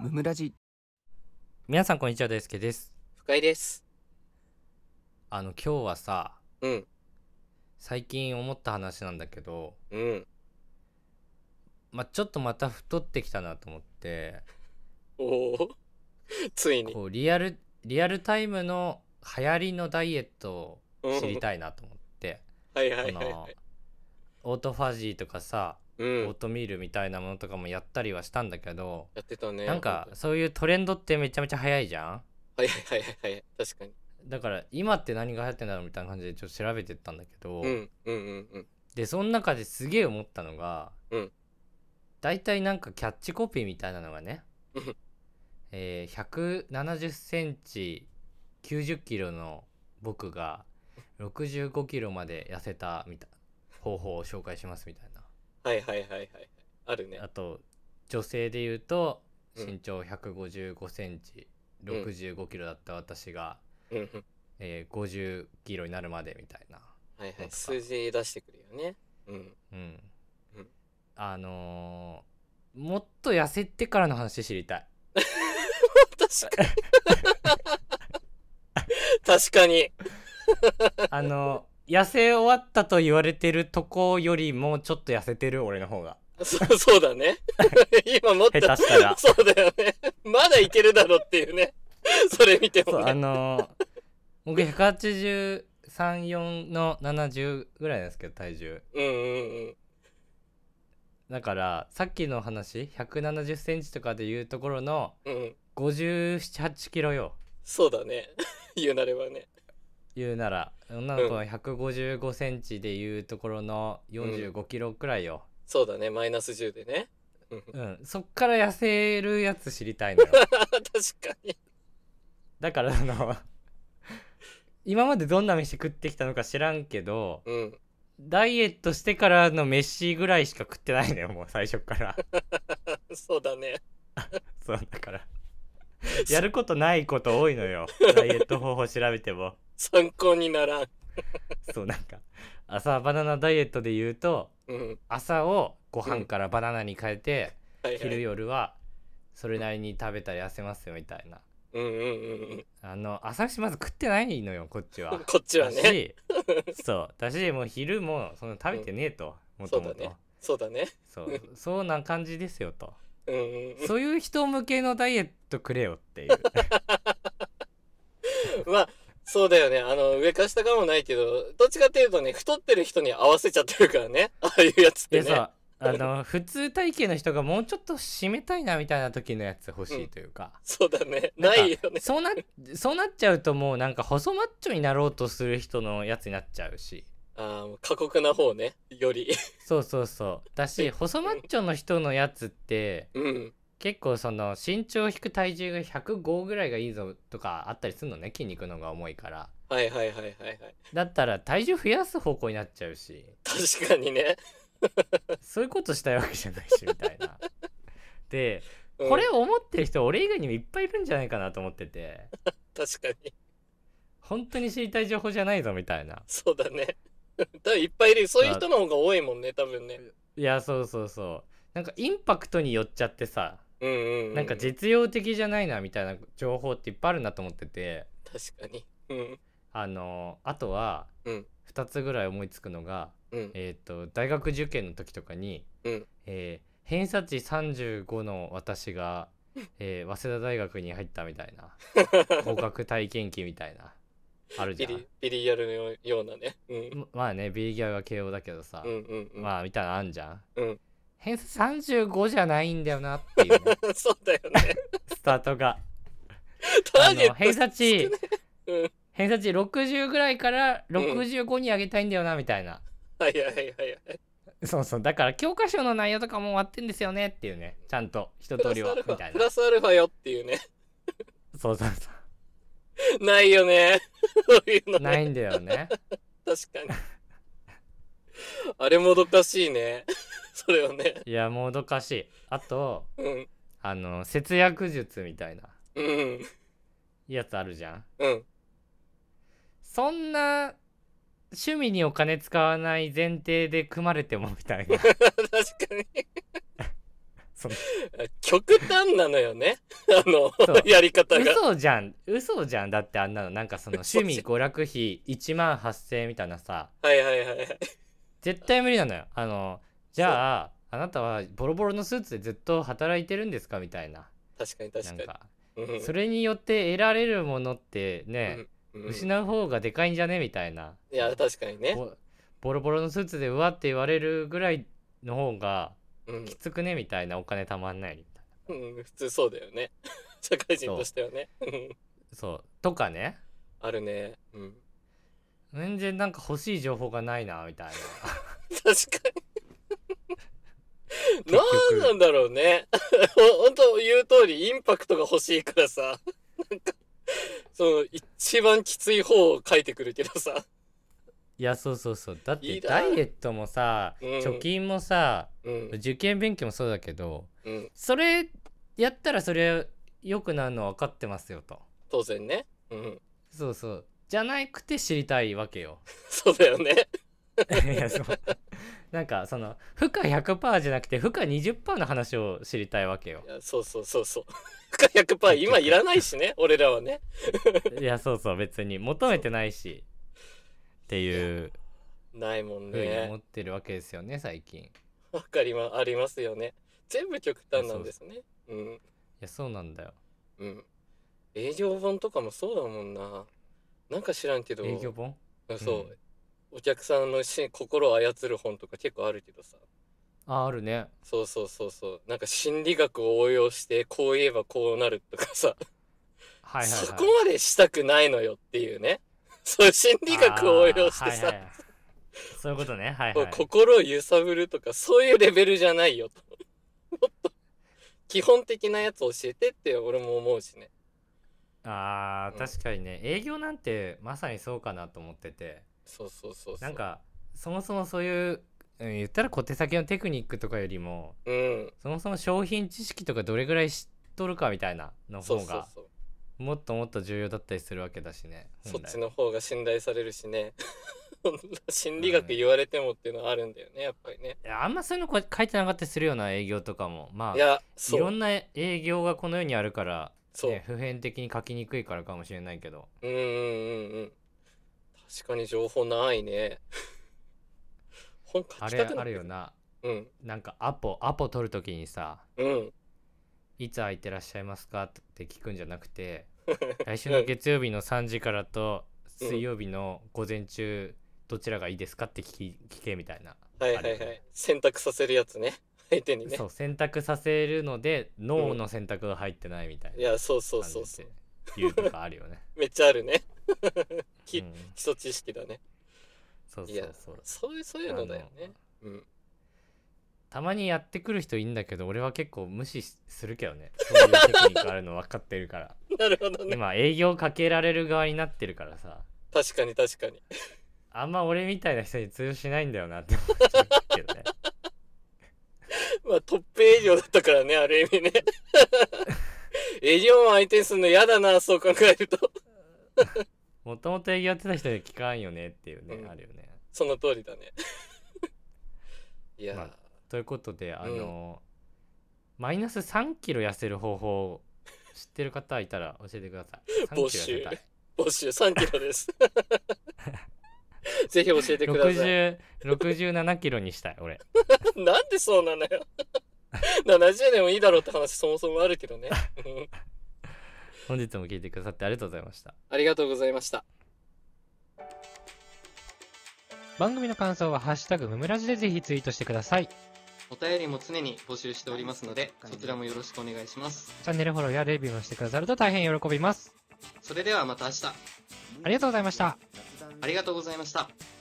ムムラジ。 皆さんこんにちは、大輔です。 深井です。 今日はさ、 うん。 最近思った話なんだけど、 うん。 ちょっとまた太ってきたなと思って、 おお。ついに。 こうリアルタイムの流行りのダイエットをうん。 知りたいなと思って、 はいはいはいはそのい。 オートファジーとかさ、 うん。 オートミールみたいなものとかもやったりはしたんだけど、 やってたね。 なんかそういうトレンドってめちゃめちゃ早いじゃん。 はいはいはいはいはい。確かに。 だから今って何が流行ってんだろうみたいな感じでちょっと調べてったんだけど、 うんうんうんうん。 でその中ですげえ思ったのが、 うん。 大体なんかキャッチコピーみたいなのがね、 うん。 170センチ90キロの僕が65キロまで痩せたみたいな方法を紹介しますみたいはいはいはいはいはい。あるね。 な。あと女性で言うとうん身長155センチうん 65キロだった私が、 うんうん。 50キロになるまでみたいなはいはい。 のとか。 数字出してくるよね。うん。 うんうん。 もっと痩せてからの話知りたい。 確かに。確かに。 痩せ終わったと言われてるとこよりもちょっと痩せてる俺の方がそうだね。今もっと。 下手したらそうだよね。まだいけるだろっていうね。それ見てそうもね。 僕183、4の70ぐらいなんですけど体重うんうんうん。 だからさっきの話170センチとかでいうところのうん。 57、8キロよ。 そうだね。言うなればね。 言うなら女の子の155センチでいうところの45キロくらいよ。 そうだね。マイナス10でね。 そっから痩せるやつ知りたいのよ。 確かに。 だから今までどんな飯食ってきたのか知らんけど、 うん。 ダイエットしてからの飯ぐらいしか食ってないのよ、もう最初からそうだね。 そうだからやることないこと多いのよ、ダイエット方法調べても。 参考にならん。 そうなんか朝バナナダイエットで言うと、 うん。 朝をご飯からバナナに変えて、 はいはい。 昼夜はそれなりに食べたら痩せますよみたいな。 うんうんうん朝飯まず食ってないのよこっちは。 うん。こっちはね。 だしそうだし、もう昼もそんな食べてねえと、もともと。 そうだね。 そうな感じですよと。 うんうんうん。 そういう人向けのダイエットくれよっていうまあ、そうだよね。上か下かもないけど、どっちかっていうとね、太ってる人に合わせちゃってるからね。ああいうやつってね。 でさ、普通体型の人がもうちょっと締めたいなみたいな時のやつ欲しいというか、 そうだね。 なんかないよね。 そうなっちゃうともうなんか細マッチョになろうとする人のやつになっちゃうし。 ああ、もう過酷な方ね。より。 そうだし、細マッチョの人のやつってうん。 結構その身長引く体重が105ぐらいがいいぞとかあったりするのね、筋肉の方が重いから。 はいはいはいはいはい。 だったら体重増やす方向になっちゃうし、 確かにね。 そういうことしたいわけじゃないしみたいな。で、 うん、 これを思ってる人俺以外にもいっぱいいるんじゃないかなと思ってて、 確かに。 本当に知りたい情報じゃないぞみたいな。 そうだね。多分いっぱいいる。そういう人の方が多いもんね、多分ね。 いやそうなんかインパクトによっちゃってさ、 うんうんうん。 なんか実用的じゃないなみたいな情報っていっぱいあるなと思ってて、 確かに。うん。 あとはうん。 2つぐらい思いつくのが、 うん。 大学受験の時とかに、 うん。 偏差値35の私が、早稲田大学に入ったみたいな合格体験記みたいなあるじゃん。 ビリヤルのようなね。うん。 まあね、ビリギャルは慶応だけどさ、 うんうんうん。 まあみたいなのあんじゃん。 うん。 偏差35じゃないんだよなっていうねそうだよね。 スタートがターゲット偏差値うん。 偏差値60ぐらいから65に上げたいんだよなみたいな、 はいはいはいはいはい。 そうだから教科書の内容とかも終わってんですよねっていうね、ちゃんと一通りはみたいな。 プラスアルファよっていうね。 そうないよね。そういうのね。 ないんだよね。 確かに。あれもどかしいね。それをね。 いやもどかしい。あとうん。 節約術みたいなうん。 やつあるじゃん。 うん。 そんな趣味にお金使わない前提で組まれてもみたいな確かに。 その極端なのよね。 そうやり方が。 嘘じゃん。だってあんなのなんかその趣味娯楽費1万8000円みたいなさ、 はいはいはいはい。 絶対無理なのよ。じゃああなたはボロボロのスーツでずっと働いてるんですかみたいな。 確かに確かに。 なんかうんそれによって得られるものってね、 うん失う方がでかいんじゃねみたいな。 いや、確かにね。 ボロボロのスーツでうわって言われるぐらいの方がうんきつくねみたいな、お金たまんないみたいうん、普通そうだよね。社会人としてはね。うんな。そうとかね。 あるね。うん。 全然なんか欲しい情報がないなみたいな。 確かに。 局なんなんだろうね。本当言う通り、インパクトが欲しいからさ。なんか、一番きつい方を書いてくるけどさ。 いやそうだっていいなダイエットもさ、 うん貯金もさ、 うん。 受験勉強もそうだけど、 うん。 それやったらそれ良くなるの分かってますよと。 当然ね。うん。 そうじゃなくて知りたいわけよ。 そうだよね。 いやそうなんかその負荷 100% じゃなくて負荷 20% の話を知りたいわけよ。 いや、そう。負荷 100% 今いらないしね。俺らはね。 いやそう別に求めてないしっていうないもんふうに思ね。 ってるわけですよね最近。いありますよね。全部極端なんですね。うん。 やそうなんだよ。 うん。営業本とかもそうだもんな。なんか知らんけど、 営業本。 そう、お客さんの心を操る本とか結構あるけどさ。 あるね。 そう。なんか心理学を応用して、こう言えばこうなるとかさ。 はいそこまでしたくないのよっていうね。そう、心理学を応用してさ、 はいそういうことね。 心を揺さぶるとか、そういうレベルじゃないよと。もっと、基本的なやつ教えてって俺も思うしね。 確かにね、営業なんてまさにそうかなと思ってて。 そう。 なんかそもそもそういう、言ったら小手先のテクニックとかよりも、そもそも商品知識とかどれぐらい知っとるかみたいなの方がもっともっと重要だったりするわけだしね。 そっちの方が信頼されるしね。心理学言われてもっていうのはあるんだよね、やっぱりね。 いやあんまそういうの書いてなかったりするような営業とかも、まあいや、 いろんな営業がこの世にあるからそう、 ね、普遍的に書きにくいからかもしれないけど。 確かに情報ないね。本書きたくない。 あるよな。 うん。 なんかアポ取るときにさ、 うん。 いつ空いてらっしゃいますかって聞くんじゃなくて来週の月曜日の3時からと水曜日の午前中どちらがいいですかって聞けみたいな。 はい。選択させるやつね。相手にね。 そう、選択させるので脳の選択が入ってないみたいな。 いや、そう。 言うとかあるよね。 めっちゃあるね。基うん礎知識だね。 そういや、そういうのだよね。うん。 たまにやってくる人いいんだけど、俺は結構無視するけどね。そういうテクニックあるの分かってるから。 なるほどね。 今営業かけられる側になってるからさ、 確かに。 あんま俺みたいな人に通用しないんだよなって思っちゃうけどね。 まあトップ営業だったからね、ある意味ね。営業マン相手にするの嫌だな、そう考えると。 もともと営業やってた人に聞かんよねっていうね、あるよね。 その通りだね。いや、 ということでマイナス3キロ痩せる方法知ってる方いたら教えてください。 募集3キロです。ぜひ教えてください。 67キロにしたい俺。 なんでそうなのよ。70でもいいだろうって話そもそもあるけどね。 本日も聞いてくださってありがとうございました。 ありがとうございました。 番組の感想はハッシュタグムムラジでぜひツイートしてください。 お便りも常に募集しておりますので、そちらもよろしくお願いします。 チャンネルフォローやレビューもしてくださると大変喜びます。 それではまた明日。 ありがとうございました。 ありがとうございました。